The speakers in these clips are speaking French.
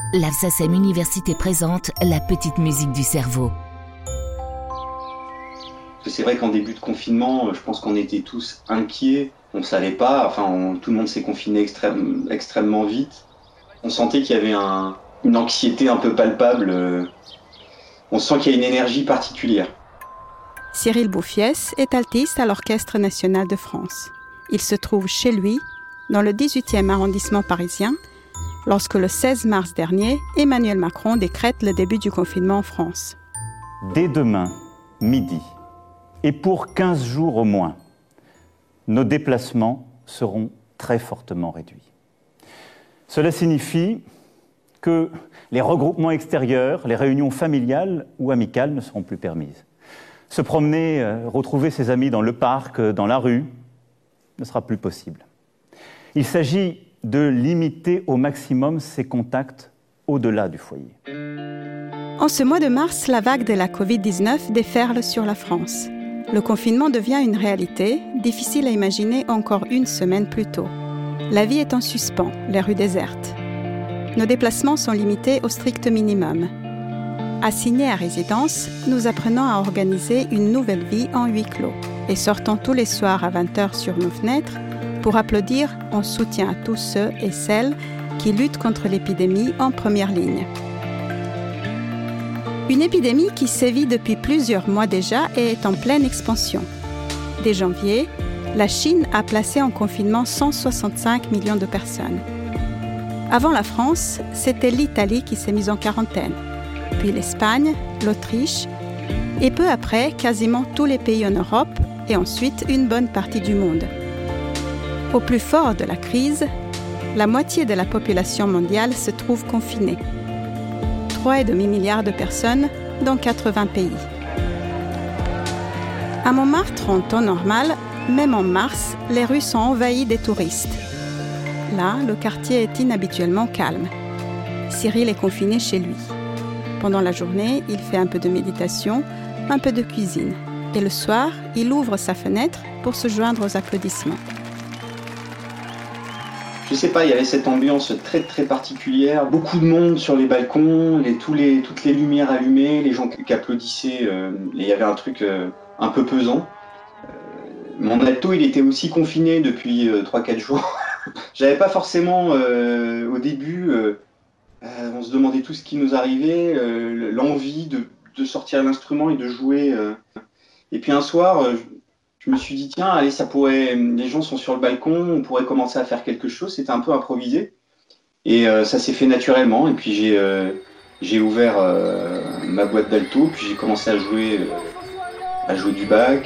l'Alsacem Université présente la petite musique du cerveau. C'est vrai qu'en début de confinement, je pense qu'on était tous inquiets. On ne savait pas, tout le monde s'est confiné extrêmement vite. On sentait qu'il y avait une anxiété un peu palpable. On sent qu'il y a une énergie particulière. Cyril Bouffiès est altiste à l'Orchestre national de France. Il se trouve chez lui, dans le 18e arrondissement parisien, lorsque le 16 mars dernier, Emmanuel Macron décrète le début du confinement en France. Dès demain, midi, et pour 15 jours au moins, nos déplacements seront très fortement réduits. Cela signifie que les regroupements extérieurs, les réunions familiales ou amicales ne seront plus permises. Se promener, retrouver ses amis dans le parc, dans la rue, ne sera plus possible. Il s'agit de limiter au maximum ces contacts au-delà du foyer. En ce mois de mars, la vague de la Covid-19 déferle sur la France. Le confinement devient une réalité, difficile à imaginer encore une semaine plus tôt. La vie est en suspens, les rues désertes. Nos déplacements sont limités au strict minimum. Assignés à résidence, nous apprenons à organiser une nouvelle vie en huis clos et sortons tous les soirs à 20h sur nos fenêtres pour applaudir en soutien à tous ceux et celles qui luttent contre l'épidémie en première ligne. Une épidémie qui sévit depuis plusieurs mois déjà et est en pleine expansion. Dès janvier, la Chine a placé en confinement 165 millions de personnes. Avant la France, c'était l'Italie qui s'est mise en quarantaine, puis l'Espagne, l'Autriche, et peu après, quasiment tous les pays en Europe, et ensuite une bonne partie du monde. Au plus fort de la crise, la moitié de la population mondiale se trouve confinée. 3,5 milliards de personnes dans 80 pays. À Montmartre, en temps normal, même en mars, les rues sont envahies des touristes. Là, le quartier est inhabituellement calme. Cyril est confiné chez lui. Pendant la journée, il fait un peu de méditation, un peu de cuisine. Et le soir, il ouvre sa fenêtre pour se joindre aux applaudissements. Je sais pas, il y avait cette ambiance très très particulière, beaucoup de monde sur les balcons, toutes les lumières allumées, les gens qui applaudissaient, et il y avait un truc un peu pesant. Mon alto, il était aussi confiné depuis 3-4 jours. J'avais pas forcément, au début, on se demandait tout ce qui nous arrivait, l'envie de sortir l'instrument et de jouer. Et puis un soir, je me suis dit, tiens, allez, les gens sont sur le balcon, on pourrait commencer à faire quelque chose. C'était un peu improvisé. Et ça s'est fait naturellement. Et puis j'ai ouvert ma boîte d'alto, puis j'ai commencé à jouer du Bach.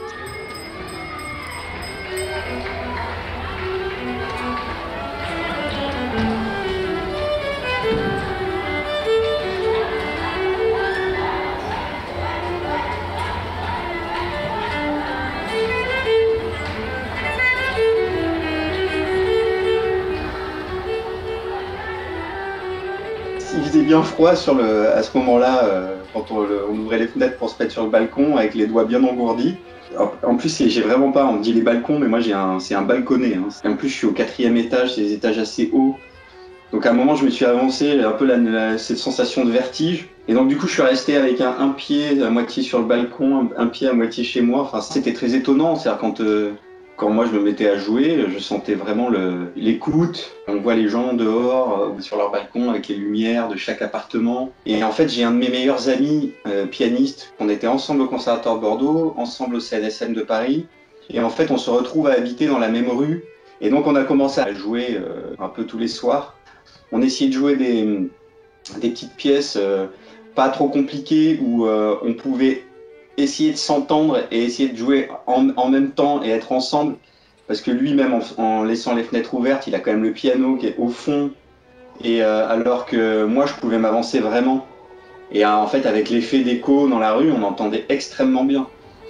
Il faisait bien froid à ce moment-là, quand on ouvrait les fenêtres pour se mettre sur le balcon avec les doigts bien engourdis. En plus, j'ai vraiment pas, on me dit les balcons, mais moi c'est un balconnet. En plus, je suis au 4e étage, c'est des étages assez hauts. Donc à un moment, je me suis avancé, un peu cette sensation de vertige. Et donc du coup, je suis resté avec un pied à moitié sur le balcon, un pied à moitié chez moi. Enfin, c'était très étonnant, c'est-à-dire quand moi je me mettais à jouer, je sentais vraiment l'écoute. On voit les gens dehors, sur leur balcon, avec les lumières de chaque appartement. Et en fait, j'ai un de mes meilleurs amis pianistes. On était ensemble au Conservatoire de Bordeaux, ensemble au CNSM de Paris. Et en fait, on se retrouve à habiter dans la même rue. Et donc, on a commencé à jouer un peu tous les soirs. On essayait de jouer des petites pièces pas trop compliquées où on pouvait essayer de s'entendre et essayer de jouer en même temps et être ensemble, parce que lui-même en laissant les fenêtres ouvertes, il a quand même le piano qui est au fond, et alors que moi je pouvais m'avancer vraiment, et en fait avec l'effet d'écho dans la rue on entendait extrêmement bien.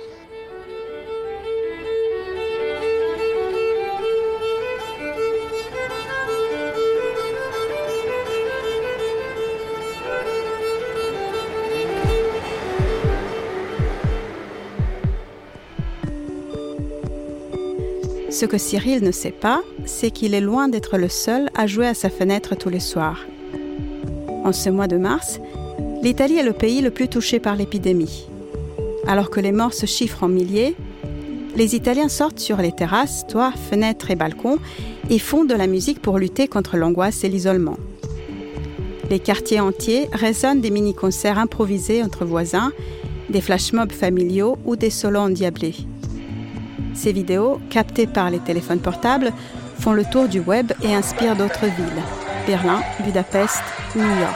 Ce que Cyril ne sait pas, c'est qu'il est loin d'être le seul à jouer à sa fenêtre tous les soirs. En ce mois de mars, l'Italie est le pays le plus touché par l'épidémie. Alors que les morts se chiffrent en milliers, les Italiens sortent sur les terrasses, toits, fenêtres et balcons et font de la musique pour lutter contre l'angoisse et l'isolement. Les quartiers entiers résonnent des mini-concerts improvisés entre voisins, des flash-mobs familiaux ou des solos endiablés. Ces vidéos, captées par les téléphones portables, font le tour du web et inspirent d'autres villes, Berlin, Budapest, New York.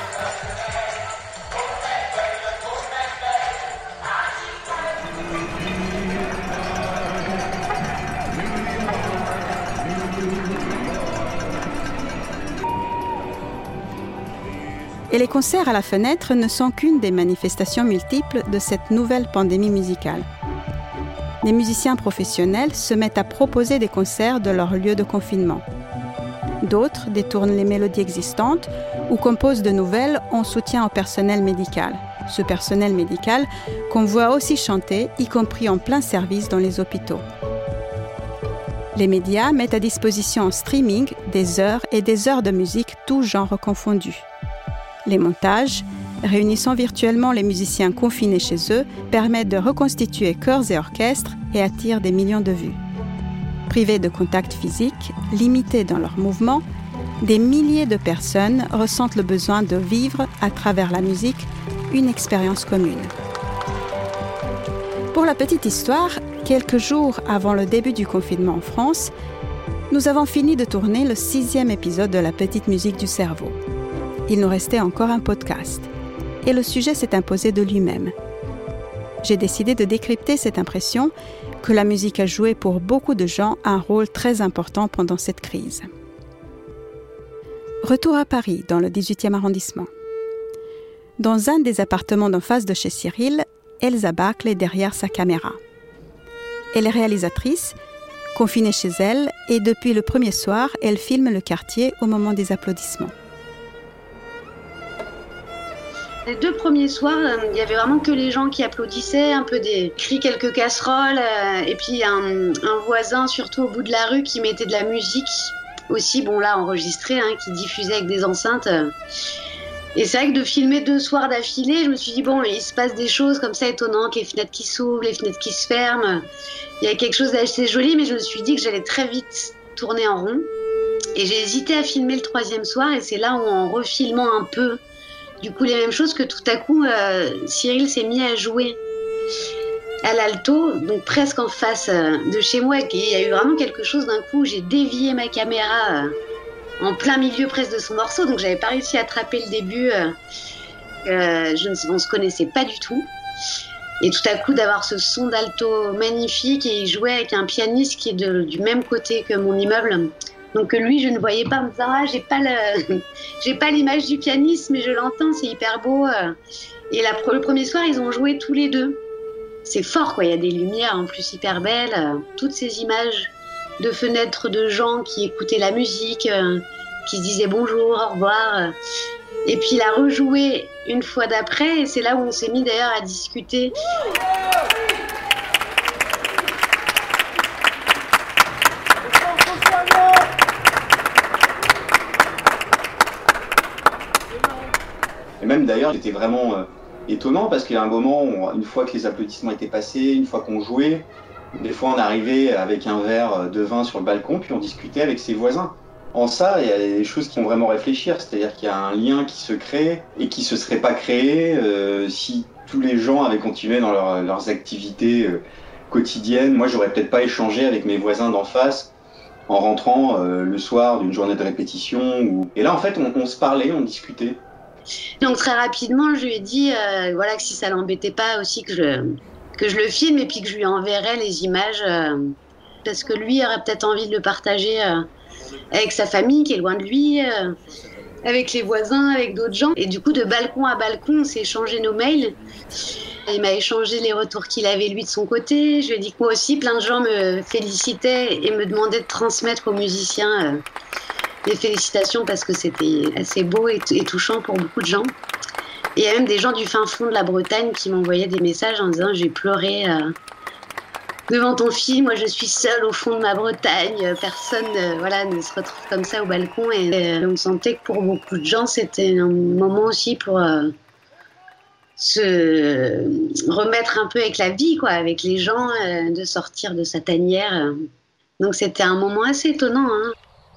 Et les concerts à la fenêtre ne sont qu'une des manifestations multiples de cette nouvelle pandémie musicale. Les musiciens professionnels se mettent à proposer des concerts de leur lieu de confinement. D'autres détournent les mélodies existantes ou composent de nouvelles en soutien au personnel médical. Ce personnel médical qu'on voit aussi chanter, y compris en plein service dans les hôpitaux. Les médias mettent à disposition en streaming des heures et des heures de musique, tous genres confondus. Les montages, réunissant virtuellement les musiciens confinés chez eux, permettent de reconstituer chœurs et orchestres et attirent des millions de vues. Privés de contact physique, limités dans leurs mouvements, des milliers de personnes ressentent le besoin de vivre, à travers la musique, une expérience commune. Pour la petite histoire, quelques jours avant le début du confinement en France, nous avons fini de tourner le 6e épisode de La Petite Musique du Cerveau. Il nous restait encore un podcast. Et le sujet s'est imposé de lui-même. J'ai décidé de décrypter cette impression que la musique a joué pour beaucoup de gens un rôle très important pendant cette crise. Retour à Paris, dans le 18e arrondissement. Dans un des appartements d'en face de chez Cyril, Elsa Bachl est derrière sa caméra. Elle est réalisatrice, confinée chez elle, et depuis le premier soir, elle filme le quartier au moment des applaudissements. Les 2 premiers soirs, il y avait vraiment que les gens qui applaudissaient, un peu des cris, quelques casseroles, et puis un voisin, surtout au bout de la rue, qui mettait de la musique aussi, bon là enregistrée, qui diffusait avec des enceintes. Et c'est vrai que de filmer 2 soirs d'affilée, je me suis dit bon, il se passe des choses comme ça étonnantes, les fenêtres qui s'ouvrent, les fenêtres qui se ferment. Il y a quelque chose d'assez joli, mais je me suis dit que j'allais très vite tourner en rond. Et j'ai hésité à filmer le 3e soir, et c'est là où, en refilmant un peu du coup les mêmes choses, que tout à coup Cyril s'est mis à jouer à l'alto, donc presque en face de chez moi. Et il y a eu vraiment quelque chose d'un coup, j'ai dévié ma caméra en plein milieu presque de son morceau, donc j'avais pas réussi à attraper le début. On se connaissait pas du tout. Et tout à coup d'avoir ce son d'alto magnifique, et il jouait avec un pianiste qui est du même côté que mon immeuble. Donc lui, je ne voyais pas, en me disant j'ai pas l'image du pianiste, mais je l'entends, c'est hyper beau. Et le premier soir, ils ont joué tous les 2. C'est fort, quoi. Il y a des lumières en plus hyper belles, toutes ces images de fenêtres de gens qui écoutaient la musique, qui se disaient bonjour, au revoir. Et puis il a rejoué une fois d'après, et c'est là où on s'est mis d'ailleurs à discuter. Et même d'ailleurs, c'était vraiment étonnant parce qu'il y a un moment, une fois que les applaudissements étaient passés, une fois qu'on jouait, des fois on arrivait avec un verre de vin sur le balcon, puis on discutait avec ses voisins. En ça, il y a des choses qui font vraiment réfléchir, c'est-à-dire qu'il y a un lien qui se crée et qui ne se serait pas créé si tous les gens avaient continué dans leurs activités quotidiennes. Moi, j'aurais peut-être pas échangé avec mes voisins d'en face en rentrant le soir d'une journée de répétition. Et là, en fait, on se parlait, on discutait. Donc très rapidement, je lui ai dit que si ça l'embêtait pas aussi que je le filme, et puis que je lui enverrais les images parce que lui aurait peut-être envie de le partager avec sa famille qui est loin de lui, avec les voisins, avec d'autres gens. Et du coup, de balcon à balcon, on s'est échangé nos mails. Il m'a échangé les retours qu'il avait lui de son côté. Je lui ai dit que moi aussi, plein de gens me félicitaient et me demandaient de transmettre aux musiciens les félicitations parce que c'était assez beau et touchant pour beaucoup de gens. Et il y a même des gens du fin fond de la Bretagne qui m'envoyaient des messages en disant « j'ai pleuré devant ton film. Moi, je suis seule au fond de ma Bretagne. Personne, ne se retrouve comme ça au balcon. Et on sentait que pour beaucoup de gens, c'était un moment aussi pour se remettre un peu avec la vie, quoi, avec les gens, de sortir de sa tanière. Donc, c'était un moment assez étonnant. Hein.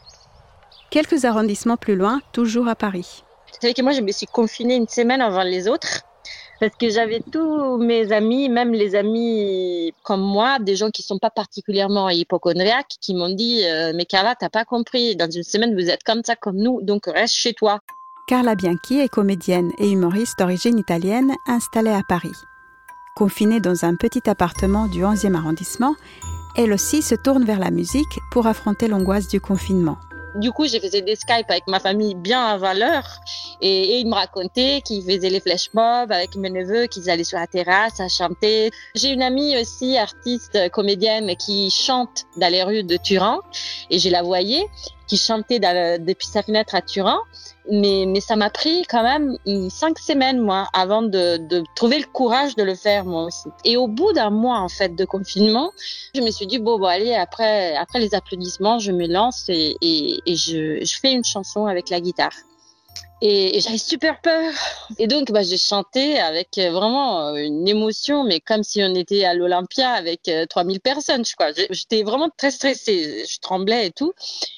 Quelques arrondissements plus loin, toujours à Paris. Vous savez que moi, je me suis confinée une semaine avant les autres parce que j'avais tous mes amis, même les amis comme moi, des gens qui sont pas particulièrement hypocondriaques, qui m'ont dit « Mais Carla, t'as pas compris, dans une semaine, vous êtes comme ça, comme nous, donc reste chez toi. » Carla Bianchi est comédienne et humoriste d'origine italienne installée à Paris. Confinée dans un petit appartement du 11e arrondissement, elle aussi se tourne vers la musique pour affronter l'angoisse du confinement. Du coup, je faisais des Skype avec ma famille bien avant l'heure et ils me racontaient qu'ils faisaient les flash mobs avec mes neveux, qu'ils allaient sur la terrasse à chanter. J'ai une amie aussi, artiste, comédienne, qui chante dans les rues de Turin et je la voyais, qui chantait depuis sa fenêtre à Turin. Mais ça m'a pris quand même 5 semaines, moi, avant de trouver le courage de le faire, moi aussi. Et au bout d'un mois, en fait, de confinement, je me suis dit, bon, allez, après les applaudissements, je me lance et je fais une chanson avec la guitare. Et j'avais super peur. Et donc, j'ai chanté avec vraiment une émotion, mais comme si on était à l'Olympia avec 3000 personnes, je crois. J'étais vraiment très stressée. Je tremblais et tout.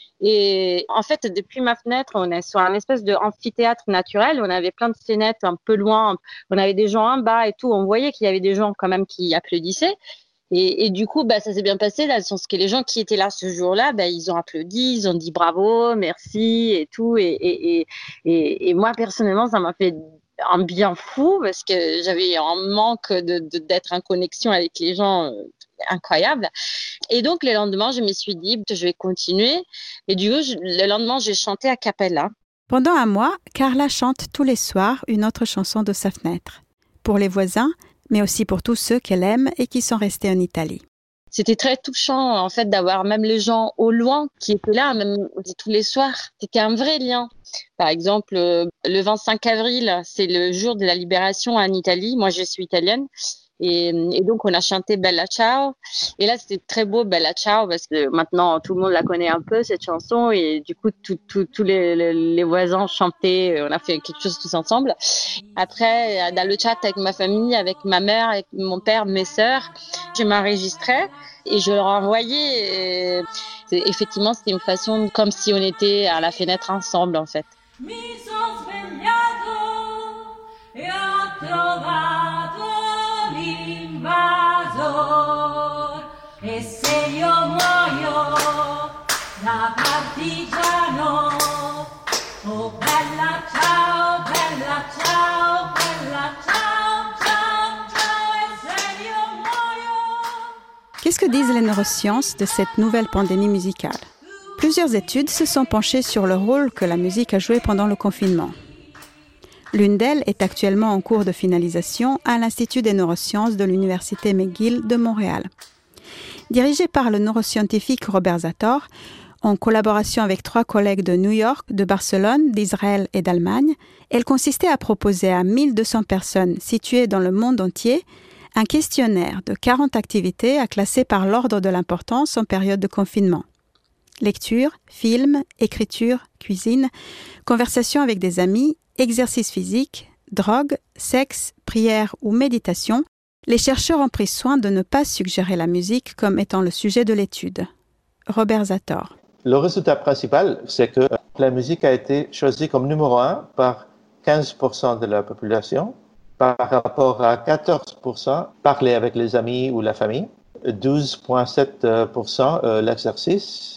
Et en fait, depuis ma fenêtre, on est sur un espèce d'amphithéâtre naturel. On avait plein de scénettes un peu loin. On avait des gens en bas et tout. On voyait qu'il y avait des gens quand même qui applaudissaient. Et du coup, ça s'est bien passé dans le sens que les gens qui étaient là ce jour-là, ils ont applaudi, ils ont dit bravo, merci et tout. Et moi, personnellement, ça m'a fait un bien fou parce que j'avais un manque d'être en connexion avec les gens incroyable. Et donc, le lendemain, je me suis dit, je vais continuer. Et du coup, le lendemain, j'ai chanté a cappella. Pendant un mois, Carla chante tous les soirs une autre chanson de sa fenêtre. Pour les voisins, mais aussi pour tous ceux qu'elle aime et qui sont restés en Italie. C'était très touchant, en fait, d'avoir même les gens au loin qui étaient là, même tous les soirs. C'était un vrai lien. Par exemple, le 25 avril, c'est le jour de la libération en Italie. Moi, je suis italienne. Et donc, on a chanté Bella Ciao. Et là, c'était très beau, Bella Ciao, parce que maintenant, tout le monde la connaît un peu, cette chanson. Et du coup, tous les voisins chantaient. On a fait quelque chose tous ensemble. Après, dans le chat avec ma famille, avec ma mère, avec mon père, mes sœurs, je m'enregistrais et je leur envoyais. Et effectivement, c'était une façon comme si on était à la fenêtre ensemble, en fait. Mi son svegliato e ho trovato l'invasor e se io muoio da partigiano oh bella ciao bella ciao bella ciao ciao ciao e se io muoio. Qu'est-ce que disent les neurosciences de cette nouvelle pandémie musicale ? Plusieurs études se sont penchées sur le rôle que la musique a joué pendant le confinement. L'une d'elles est actuellement en cours de finalisation à l'Institut des neurosciences de l'Université McGill de Montréal. Dirigée par le neuroscientifique Robert Zator, en collaboration avec 3 collègues de New York, de Barcelone, d'Israël et d'Allemagne, elle consistait à proposer à 1200 personnes situées dans le monde entier un questionnaire de 40 activités à classer par l'ordre de l'importance en période de confinement. Lecture, film, écriture, cuisine, conversation avec des amis, exercice physique, drogue, sexe, prière ou méditation, les chercheurs ont pris soin de ne pas suggérer la musique comme étant le sujet de l'étude. Robert Zator. Le résultat principal, c'est que la musique a été choisie comme numéro 1 par 15% de la population, par rapport à 14% parler avec les amis ou la famille, 12,7% l'exercice,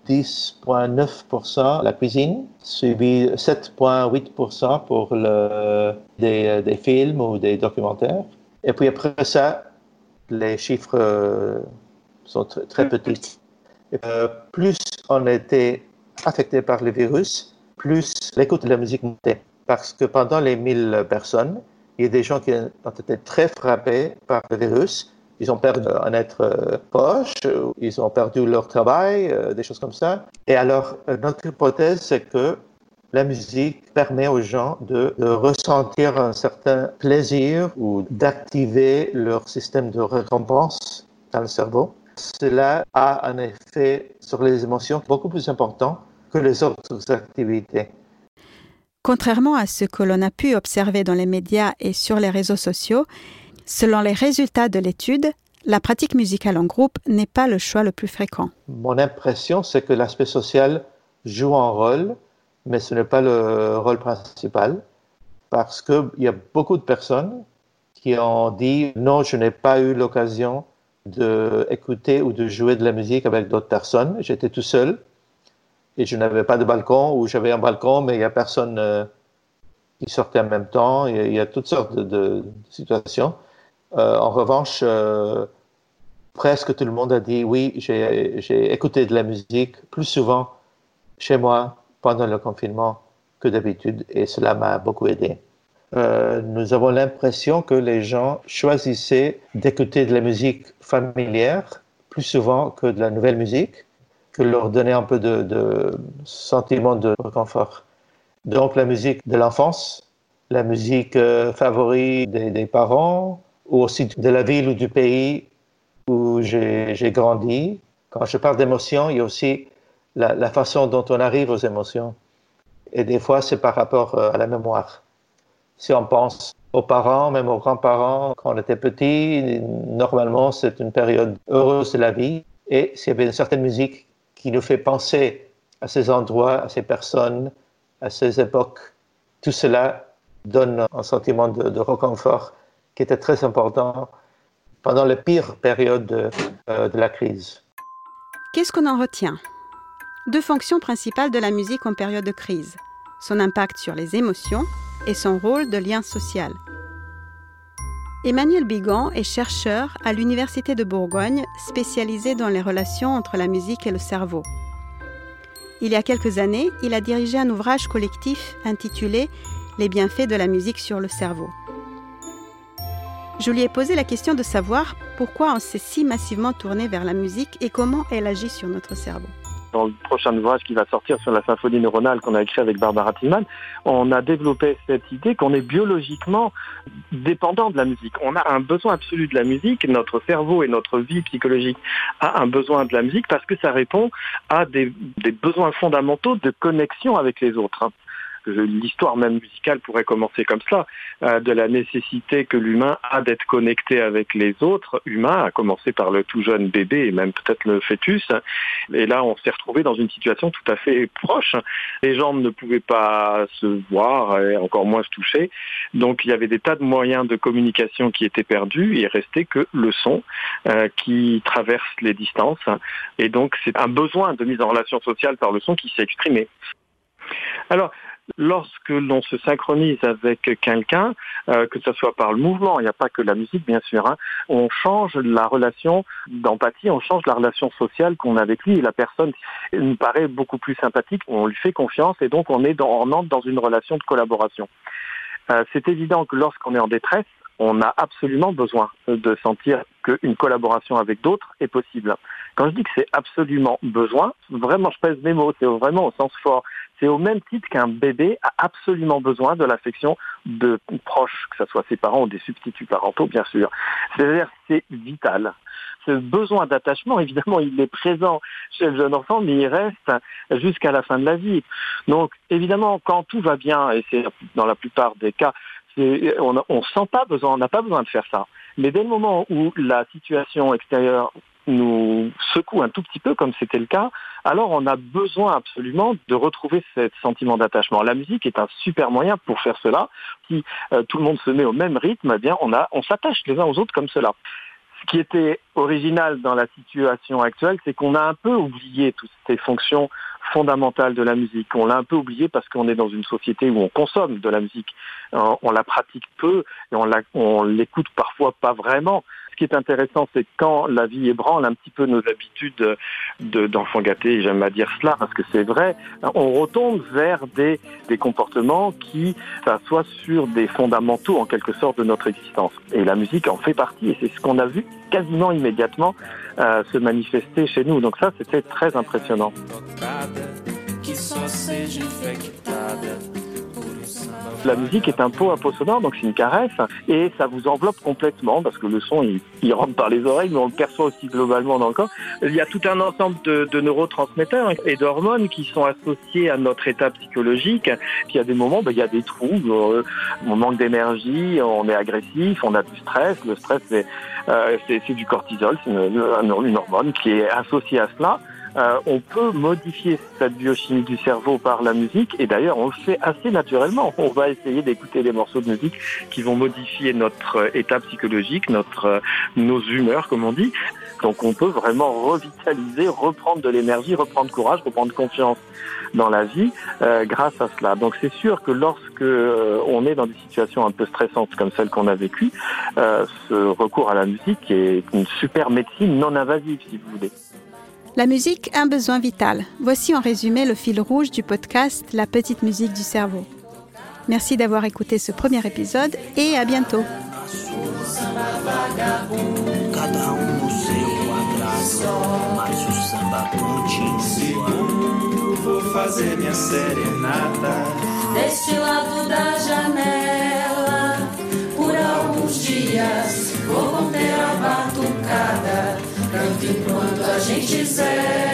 10,9% la cuisine, suivi 7,8% pour des films ou des documentaires. Et puis après ça, les chiffres sont très petits. Plus on était affecté par le virus, plus l'écoute de la musique montait. Parce que pendant les 1000 personnes, il y a des gens qui ont été très frappés par le virus. Ils ont perdu un être proche, ils ont perdu leur travail, des choses comme ça. Et alors, notre hypothèse, c'est que la musique permet aux gens de ressentir un certain plaisir ou d'activer leur système de récompense dans le cerveau. Cela a un effet sur les émotions beaucoup plus important que les autres activités. Contrairement à ce que l'on a pu observer dans les médias et sur les réseaux sociaux, selon les résultats de l'étude, la pratique musicale en groupe n'est pas le choix le plus fréquent. Mon impression, c'est que l'aspect social joue un rôle, mais ce n'est pas le rôle principal, parce qu'il y a beaucoup de personnes qui ont dit « Non, je n'ai pas eu l'occasion d'écouter ou de jouer de la musique avec d'autres personnes. J'étais tout seul et je n'avais pas de balcon, ou j'avais un balcon, mais il n'y a personne qui sortait en même temps. Il y a toutes sortes de situations. En revanche, presque tout le monde a dit « Oui, j'ai écouté de la musique plus souvent chez moi pendant le confinement que d'habitude et cela m'a beaucoup aidé. » Nous avons l'impression que les gens choisissaient d'écouter de la musique familière plus souvent que de la nouvelle musique, que leur donnait un peu de sentiment de réconfort. Donc la musique de l'enfance, la musique favorite des parents, ou aussi de la ville ou du pays où j'ai grandi. Quand je parle d'émotions, il y a aussi la façon dont on arrive aux émotions. Et des fois, c'est par rapport à la mémoire. Si on pense aux parents, même aux grands-parents, quand on était petit, normalement, c'est une période heureuse de la vie. Et s'il y avait une certaine musique qui nous fait penser à ces endroits, à ces personnes, à ces époques, tout cela donne un sentiment de réconfort qui était très important pendant les pires périodes de la crise. Qu'est-ce qu'on en retient ? 2 fonctions principales de la musique en période de crise. Son impact sur les émotions et son rôle de lien social. Emmanuel Bigon est chercheur à l'Université de Bourgogne, spécialisé dans les relations entre la musique et le cerveau. Il y a quelques années, il a dirigé un ouvrage collectif intitulé « Les bienfaits de la musique sur le cerveau ». Je lui ai posé la question de savoir pourquoi on s'est si massivement tourné vers la musique et comment elle agit sur notre cerveau. Dans le prochain ouvrage qui va sortir sur la symphonie neuronale qu'on a écrit avec Barbara Tillman, on a développé cette idée qu'on est biologiquement dépendant de la musique. On a un besoin absolu de la musique, notre cerveau et notre vie psychologique a un besoin de la musique parce que ça répond à des besoins fondamentaux de connexion avec les autres. L'histoire même musicale pourrait commencer comme cela, de la nécessité que l'humain a d'être connecté avec les autres humains, à commencer par le tout jeune bébé et même peut-être le fœtus. Et là, on s'est retrouvé dans une situation tout à fait proche. Les gens ne pouvaient pas se voir et encore moins se toucher. Donc, il y avait des tas de moyens de communication qui étaient perdus. Il restait que le son qui traverse les distances. Et donc, c'est un besoin de mise en relation sociale par le son qui s'est exprimé. Alors, lorsque l'on se synchronise avec quelqu'un, que ce soit par le mouvement, il n'y a pas que la musique bien sûr, on change la relation d'empathie, on change la relation sociale qu'on a avec lui et la personne nous paraît beaucoup plus sympathique, on lui fait confiance et donc on entre dans une relation de collaboration. C'est évident que lorsqu'on est en détresse, on a absolument besoin de sentir qu'une collaboration avec d'autres est possible. Quand je dis que c'est absolument besoin, vraiment je pèse mes mots, c'est vraiment au sens fort. C'est au même titre qu'un bébé a absolument besoin de l'affection de proches, que ce soit ses parents ou des substituts parentaux, bien sûr. C'est-à-dire c'est vital. Ce besoin d'attachement, évidemment, il est présent chez le jeune enfant, mais il reste jusqu'à la fin de la vie. Donc, évidemment, quand tout va bien, et c'est dans la plupart des cas, on sent pas besoin, on n'a pas besoin de faire ça. Mais dès le moment où la situation extérieure nous secoue un tout petit peu, comme c'était le cas, alors on a besoin absolument de retrouver ce sentiment d'attachement. La musique est un super moyen pour faire cela. Si tout le monde se met au même rythme, eh bien on s'attache les uns aux autres comme cela. Ce qui était original dans la situation actuelle, c'est qu'on a un peu oublié toutes ces fonctions fondamentales de la musique. On l'a un peu oublié parce qu'on est dans une société où on consomme de la musique. On la pratique peu et on l'écoute parfois pas vraiment. Ce qui est intéressant, c'est quand la vie ébranle un petit peu nos habitudes d'enfants gâtés, j'aime à dire cela parce que c'est vrai, on retombe vers des comportements qui s'assoient sur des fondamentaux en quelque sorte de notre existence. Et la musique en fait partie et c'est ce qu'on a vu quasiment immédiatement se manifester chez nous. Donc ça, c'était très impressionnant. La musique est un pot sonore, donc c'est une caresse, et ça vous enveloppe complètement, parce que le son, il rentre par les oreilles, mais on le perçoit aussi globalement dans le corps. Il y a tout un ensemble de neurotransmetteurs et d'hormones qui sont associés à notre état psychologique. Puis il y a des moments, il y a des troubles, on manque d'énergie, on est agressif, on a du stress. Le stress, c'est du cortisol, c'est une hormone qui est associée à cela. On peut modifier cette biochimie du cerveau par la musique, et d'ailleurs on le fait assez naturellement. On va essayer d'écouter des morceaux de musique qui vont modifier notre état psychologique, nos humeurs comme on dit. Donc on peut vraiment revitaliser, reprendre de l'énergie, reprendre courage, reprendre confiance dans la vie grâce à cela. Donc c'est sûr que lorsque on est dans des situations un peu stressantes comme celle qu'on a vécue, ce recours à la musique est une super médecine non invasive, si vous voulez. La musique, un besoin vital. Voici en résumé le fil rouge du podcast La petite musique du cerveau. Merci d'avoir écouté ce premier épisode et à bientôt. Vou fazer minha serenata deste lado da janela. Por alguns dias vou conter a batucada. Canto enquanto a gente zela.